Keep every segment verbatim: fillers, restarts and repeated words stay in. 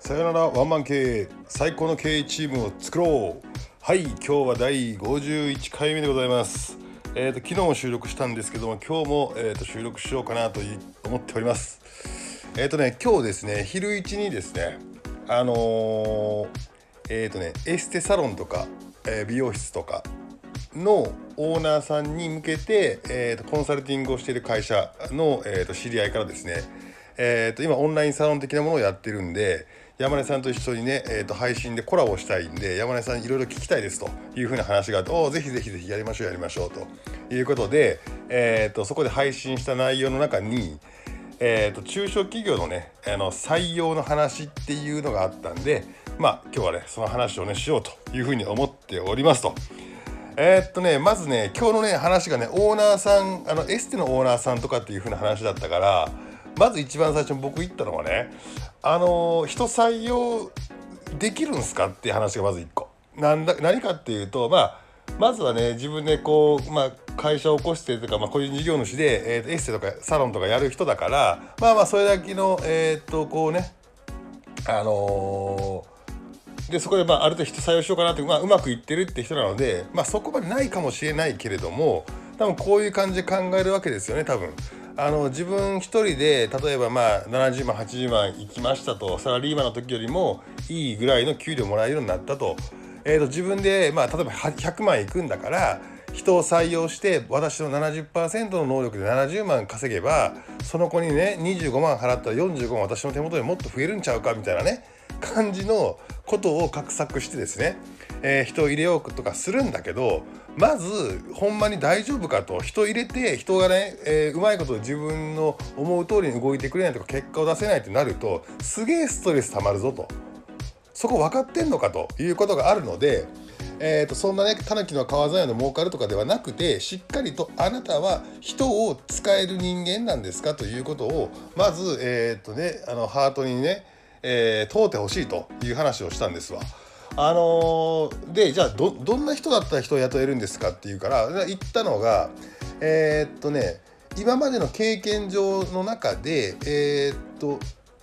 さよならワンマン経営、最高の経営チームを作ろう。はい、今日はだいごじゅういっかいめでございます。えーと昨日も収録したんですけども、今日も、えーと収録しようかなと思っております。えーとね今日ですね、昼一にですね、あのー、えーとねエステサロンとか、えー美容室とかのオーナーさんに向けて、えーとコンサルティングをしている会社の、えーと知り合いからですね、えーと今オンラインサロン的なものをやってるんで、山根さんと一緒にね、えーと配信でコラボしたいんで、山根さんいろいろ聞きたいですというふうな話があって、おぜひぜひぜひやりましょうやりましょうということで、えーとそこで配信した内容の中に、えーと中小企業のねあの採用の話っていうのがあったんで、まあ今日はねその話をねしようというふうに思っておりますと。えーっとねまずね今日のね話がね、オーナーさん、あのエステのオーナーさんとかっていう風な話だったから、まず一番最初に僕言ったのはね、あのー人採用できるんすかっていう話がまず一個なんだ何かっていうと、まあまずはね自分でこう、まあ、会社を起こしてというか、まあ、個人事業主で、えーとエステとかサロンとかやる人だから、まあまあそれだけのえーっとこうね、あのーでそこでまあある程度人採用しようかなって、まあ、うまくいってるって人なので、まあ、そこまでないかもしれないけれども、多分こういう感じで考えるわけですよね。多分あの自分一人で例えばまあななじゅうまんはちじゅうまんいきましたと、サラリーマンの時よりもいいぐらいの給料もらえるようになったと、えー、と自分でまあ例えばひゃくまんいくんだから、人を採用して私の ななじゅっパーセント の能力でななじゅうまん稼げば、その子にねにじゅうごまん払ったらよんじゅうごまん私の手元でもっと増えるんちゃうかみたいなね感じのことを画策してですね、えー人を入れようとかするんだけど、まずほんまに大丈夫かと。人入れて人がね、えーうまいこと自分の思う通りに動いてくれないとか結果を出せないってなると、すげえストレス溜まるぞと。そこ分かってんのかということがあるので、えー、とそんなねタヌキの川沿いの儲かるとかではなくて、しっかりとあなたは人を使える人間なんですかということをまず、えーとね、あのハートにね、えー問うてほしいという話をしたんですわ。あのーでじゃあ ど, どんな人だったら人を雇えるんですかっていうから言ったのが、えーっとね今までの経験上の中で、えーっと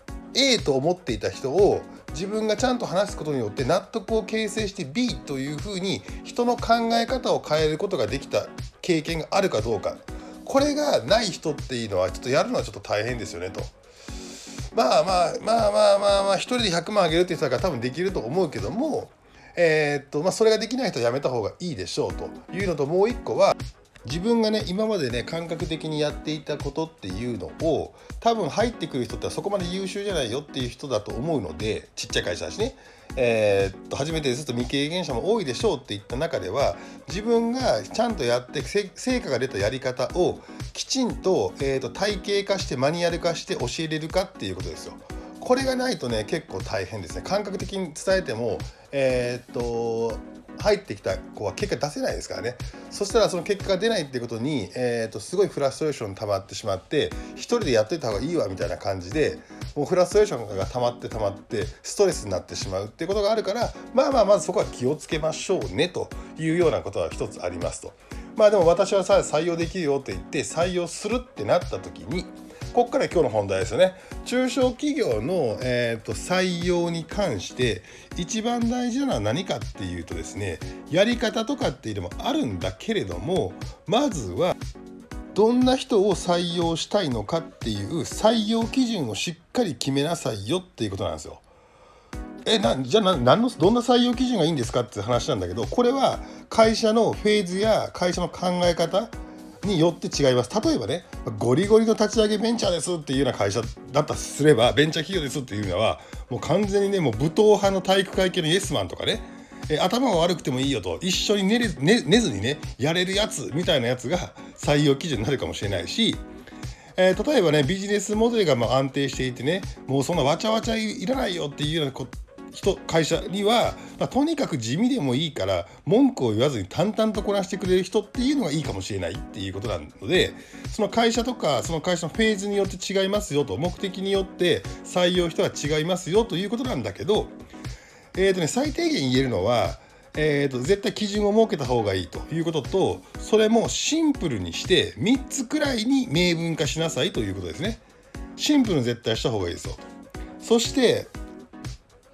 A と思っていた人を自分がちゃんと話すことによって納得を形成して B というふうに人の考え方を変えることができた経験があるかどうか、これがない人っていうのはちょっとやるのはちょっと大変ですよねと。まあまあまあまあまあまあ一人でひゃくまんあげるって言ってたから多分できると思うけども、えーっとまあそれができない人はやめた方がいいでしょうというのと、もう一個は自分がね今までね感覚的にやっていたことっていうのを、多分入ってくる人ってそこまで優秀じゃないよっていう人だと思うので、ちっちゃい会社だしね、えーっと初めてですと未経験者も多いでしょうっていった中では、自分がちゃんとやって成果が出たやり方をきちんと、えーっと体系化してマニュアル化して教えれるかっていうことですよ。これがないとね結構大変ですね。感覚的に伝えてもえーっと入ってきた子は結果出せないですからね。そしたらその結果が出ないっていうことに、えー、とすごいフラストレーション溜まってしまって、一人でやっといた方がいいわみたいな感じで、もうフラストレーションが溜まって溜まってストレスになってしまうっていうことがあるから、まあまあまずそこは気をつけましょうねというようなことは一つありますと。まあでも私はさ採用できるよって言って採用するってなった時に、ここから今日の本題ですよね。中小企業の、えー、と採用に関して一番大事なのは何かっていうとですね、やり方とかっていうのもあるんだけれども、まずはどんな人を採用したいのかっていう採用基準をしっかり決めなさいよっていうことなんですよ。えなじゃあ何のどんな採用基準がいいんですかって話なんだけど、これは会社のフェーズや会社の考え方によって違います。例えばね、ゴリゴリの立ち上げベンチャーですっていうような会社だったとすれば、ベンチャー企業ですっていうのはもう完全にね、もう武闘派の体育会系のイエスマンとかね、え頭が悪くてもいいよと、一緒に寝れ、寝、寝ずにねやれるやつみたいなやつが採用基準になるかもしれないし、えー、例えばねビジネスモデルがまあ安定していてね、もうそんなわちゃわちゃいらないよっていうようなこ人会社には、まあ、とにかく地味でもいいから文句を言わずに淡々とこなしてくれる人っていうのがいいかもしれないっていうことなので、その会社とかその会社のフェーズによって違いますよと、目的によって採用人は違いますよということなんだけど、えーとね、最低限言えるのは、えーと絶対基準を設けた方がいいということと、それもシンプルにしてみっつくらいに明文化しなさいということですね。シンプルに絶対した方がいいですよ。そして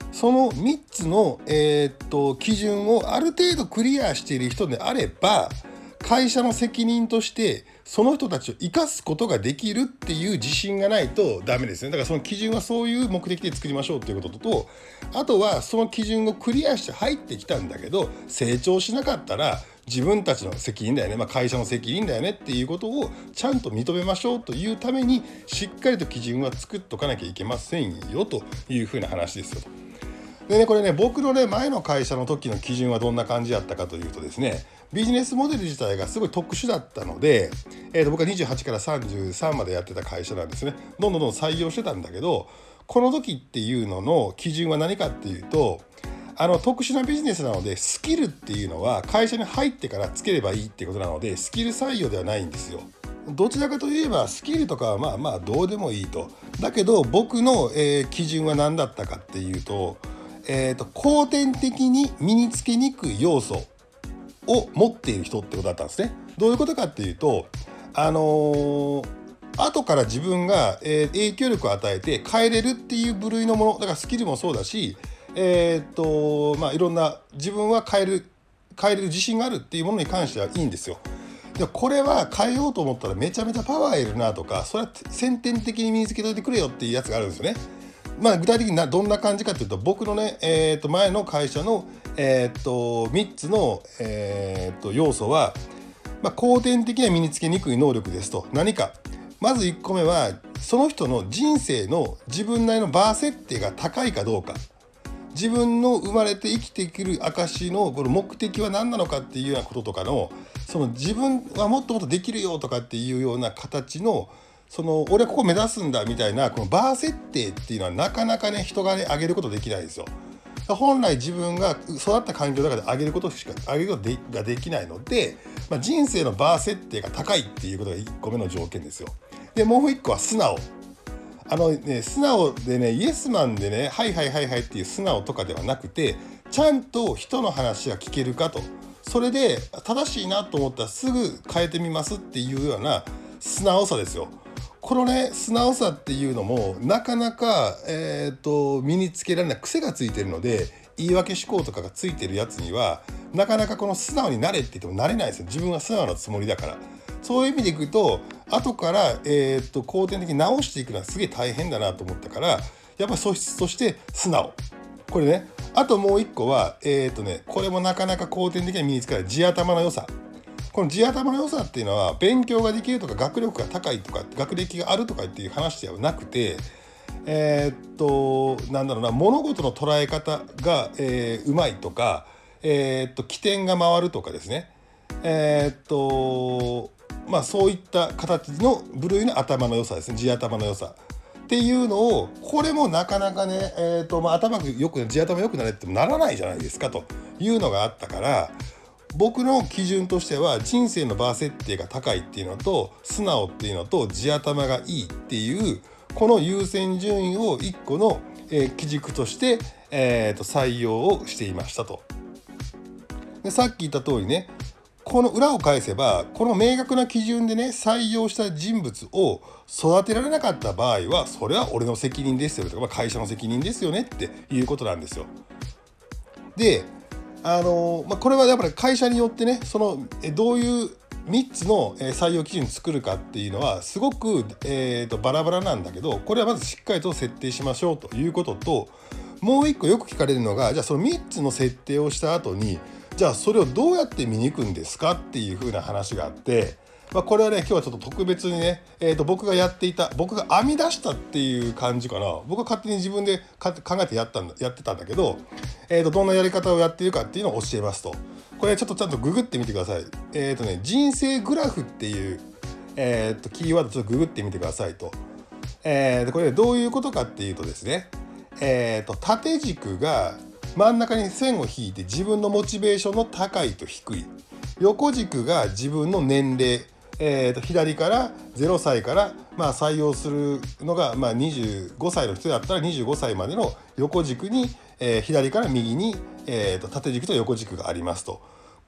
そのみっつの、えーっと基準をある程度クリアしている人であれば、会社の責任としてその人たちを生かすことができるっていう自信がないとダメですね。だからその基準はそういう目的で作りましょうということと、あとはその基準をクリアして入ってきたんだけど成長しなかったら自分たちの責任だよね、まあ、会社の責任だよねっていうことをちゃんと認めましょうというためにしっかりと基準は作っとかなきゃいけませんよというふうな話ですよ。でね、これね、僕のね前の会社の時の基準はどんな感じだったかというとですね、ビジネスモデル自体がすごい特殊だったので、えー、と僕はにじゅうはちからさんじゅうさんまでやってた会社なんですね。どんどんどん採用してたんだけど、この時っていうのの基準は何かっていうと、あの特殊なビジネスなのでスキルっていうのは会社に入ってからつければいいっていうことなので、スキル採用ではないんですよ。どちらかといえばスキルとかはまあまあどうでもいいと。だけど僕の、えー基準は何だったかっていうと、えーと後天的に身につけにくい要素を持っている人ってことだったんですね。どういうことかっていうと、あのー後から自分が、えー影響力を与えて変えれるっていう部類のものだから、スキルもそうだし、えーっとまあいろんな自分は変える変えれる自信があるっていうものに関してはいいんですよ。でこれは変えようと思ったらめちゃめちゃパワーいるなとか、それは先天的に身につけといてくれよっていうやつがあるんですよね。まあ具体的になどんな感じかというと、僕のね、えー、と前の会社の、えー、とみっつの、えー、と要素は、まあ、後天的には身につけにくい能力ですと。何かまずいっこめは、その人の人生の自分なりのバー設定が高いかどうか、自分の生まれて生きてくる証のこの目的は何なのかっていうようなこととかの、その自分はもっともっとできるよとかっていうような形の、その俺はここ目指すんだみたいなこのバー設定っていうのはなかなかね人がね上げることできないですよ。本来自分が育った環境の中で上げることしか上げることができないので、まあ、人生のバー設定が高いっていうことがいっこめの条件ですよ。でもういっこは素直。あのね、素直でね、イエスマンでね、はいはいはいはいっていう素直とかではなくて、ちゃんと人の話が聞けるかと。それで正しいなと思ったらすぐ変えてみますっていうような素直さですよ。このね素直さっていうのもなかなか、えー、と身につけられない癖がついてるので、言い訳思考とかがついてるやつにはなかなかこの素直になれって言ってもなれないですよ。自分は素直なつもりだから。そういう意味でいくと後から、えー、と後天的に直していくのはすげえ大変だなと思ったから、やっぱり素質として素直。これね。あともう一個はえっ、とねこれもなかなか後天的に身につかない地頭の良さ。この地頭の良さっていうのは勉強ができるとか学力が高いとか学歴があるとかっていう話ではなくて、えー、っとなんだろうな、物事の捉え方が、えー、うまいとか、えー、っと起点が回るとかですね、えー、っとまあそういった形の部類の頭の良さですね。地頭の良さっていうのを、これもなかなかね、えーとまあ、頭よく地頭良くなれってもならないじゃないですかというのがあったから、僕の基準としては人生のバー設定が高いっていうのと素直っていうのと地頭がいいっていうこの優先順位をいっこの、えー、基軸として、えー、と採用をしていましたと。でさっき言った通りね、この裏を返せばこの明確な基準でね採用した人物を育てられなかった場合は、それは俺の責任ですよとか、まあ、会社の責任ですよねっていうことなんですよ。であのまあ、これはやっぱり会社によってね、そのえどういうみっつの採用基準作るかっていうのはすごく、えー、とバラバラなんだけど、これはまずしっかりと設定しましょうということと、もう一個よく聞かれるのが、じゃあそのみっつの設定をした後にじゃあそれをどうやって見に行くんですかっていう風な話があって、まあ、これはね今日はちょっと特別にね、えー、と僕がやっていた僕が編み出したっていう感じかな。僕は勝手に自分で考えてやったんだやってたんだけど、えー、とどんなやり方をやっているかっていうのを教えますと。これちょっとちゃんとググってみてください。えっ、ー、とね人生グラフっていう、えー、とキーワードちょっとググってみてくださいと。えー、でこれどういうことかっていうとですね、えー、と縦軸が真ん中に線を引いて自分のモチベーションの高いと低い、横軸が自分の年齢、えー、と左からゼロさいから、まあ、採用するのが、まあ、にじゅうごさいの人だったらにじゅうごさいまでの横軸に、えー、左から右に、えー、と縦軸と横軸がありますと。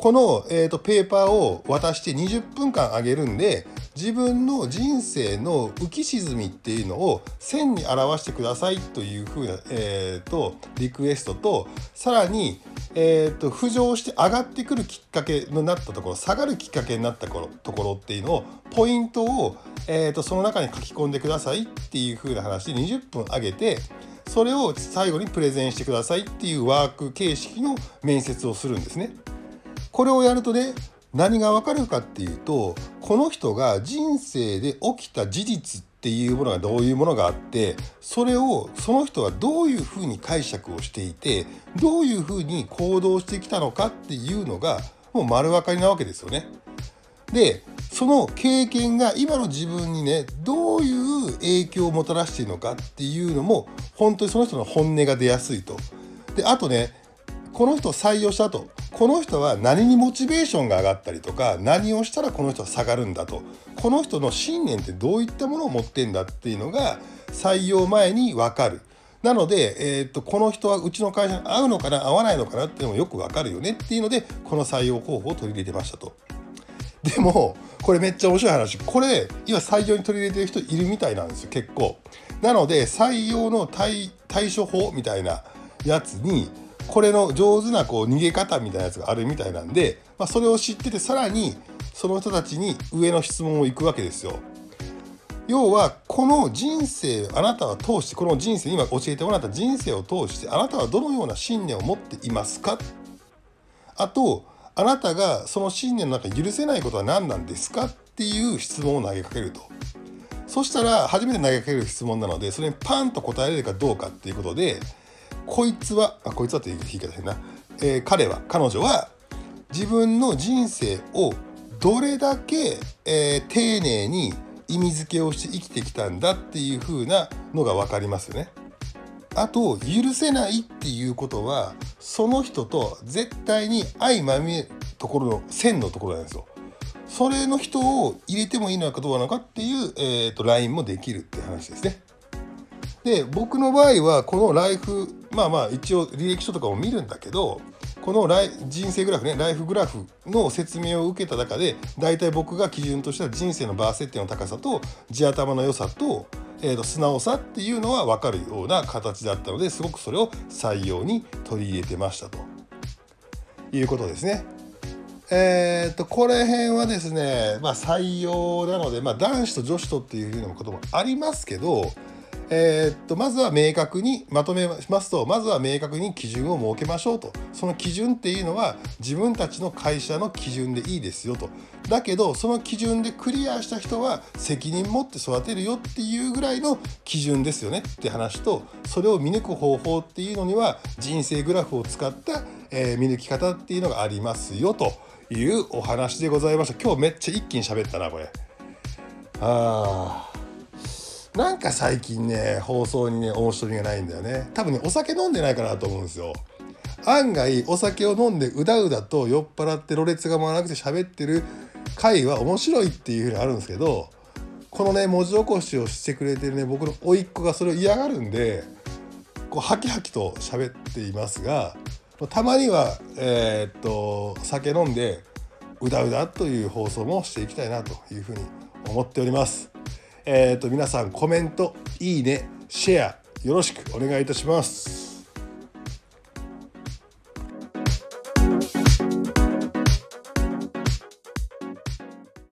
この、えーと、ペーパーを渡してにじゅっぷんかんあげるんで、自分の人生の浮き沈みっていうのを線に表してくださいというふうな、えーと、リクエストと、さらに、えーと、浮上して上がってくるきっかけになったところ、下がるきっかけになったところっていうのを、ポイントを、えーと、その中に書き込んでくださいっていうふうな話でにじゅっぷんあげて、それを最後にプレゼンしてくださいっていうワーク形式の面接をするんですね。これをやるとね、何がわかるかっていうと、この人が人生で起きた事実っていうものがどういうものがあって、それをその人はどういうふうに解釈をしていて、どういうふうに行動してきたのかっていうのがもう丸分かりなわけですよね。で、その経験が今の自分にね、どういう影響をもたらしているのかっていうのも、本当にその人の本音が出やすいと。で、あとね、この人を採用した後、この人は何にモチベーションが上がったりとか、何をしたらこの人は下がるんだと、この人の信念ってどういったものを持ってんだっていうのが採用前に分かる。なので、えー、とこの人はうちの会社に合うのかな合わないのかなっていうのもよく分かるよねっていうので、この採用方法を取り入れてましたと。でもこれめっちゃ面白い話、これ今採用に取り入れてる人いるみたいなんですよ、結構。なので採用の 対, 対処法みたいなやつに、これの上手なこう逃げ方みたいなやつがあるみたいなんで、まあ、それを知ってて、さらにその人たちに上の質問をいくわけですよ。要はこの人生、あなたは通してこの人生、今教えてもらった人生を通して、あなたはどのような信念を持っていますか。あと、あなたがその信念の中に許せないことは何なんですかっていう質問を投げかけると。そしたら初めて投げかける質問なので、それにパンと答えられるかどうかっていうことで、こいつはあこいつはっていう言い方変な、えー、彼は彼女は自分の人生をどれだけ、えー、丁寧に意味付けをして生きてきたんだっていう風なのが分かりますよね。あと、許せないっていうことは、その人と絶対に相まみえるところの線のところなんですよ。それの人を入れてもいいのかどうなのかっていう、えーと、ラインもできるって話ですね。で、僕の場合はこのライフ、まあまあ一応履歴書とかも見るんだけど、このライ人生グラフね、ライフグラフの説明を受けた中で、だいたい僕が基準としては人生のバー設定の高さと地頭の良さと、えーと素直さっていうのは分かるような形だったので、すごくそれを採用に取り入れてましたということですね。えーとこれ辺はですね、まあ採用なので、まあ男子と女子とっていうふうなこともありますけど、えー、っとまずは明確にまとめますと、まずは明確に基準を設けましょうと。その基準っていうのは自分たちの会社の基準でいいですよと。だけどその基準でクリアした人は責任持って育てるよっていうぐらいの基準ですよねって話と、それを見抜く方法っていうのには人生グラフを使った、えー、見抜き方っていうのがありますよというお話でございました。今日めっちゃ一気に喋ったなこれ。あーなんか最近ね、放送にね、面白みがないんだよね。多分ね、お酒飲んでないかなと思うんですよ。案外、お酒を飲んでうだうだと酔っ払ってろれつが回らなくて喋ってる回は面白いっていう風にあるんですけど、このね、文字起こしをしてくれてるね、僕の甥っ子がそれを嫌がるんで、こう、ハキハキと喋っていますが、たまには、えー、っと、酒飲んでうだうだという放送もしていきたいなという風に思っております。えーと皆さんコメント、いいね、シェアよろしくお願いいたします。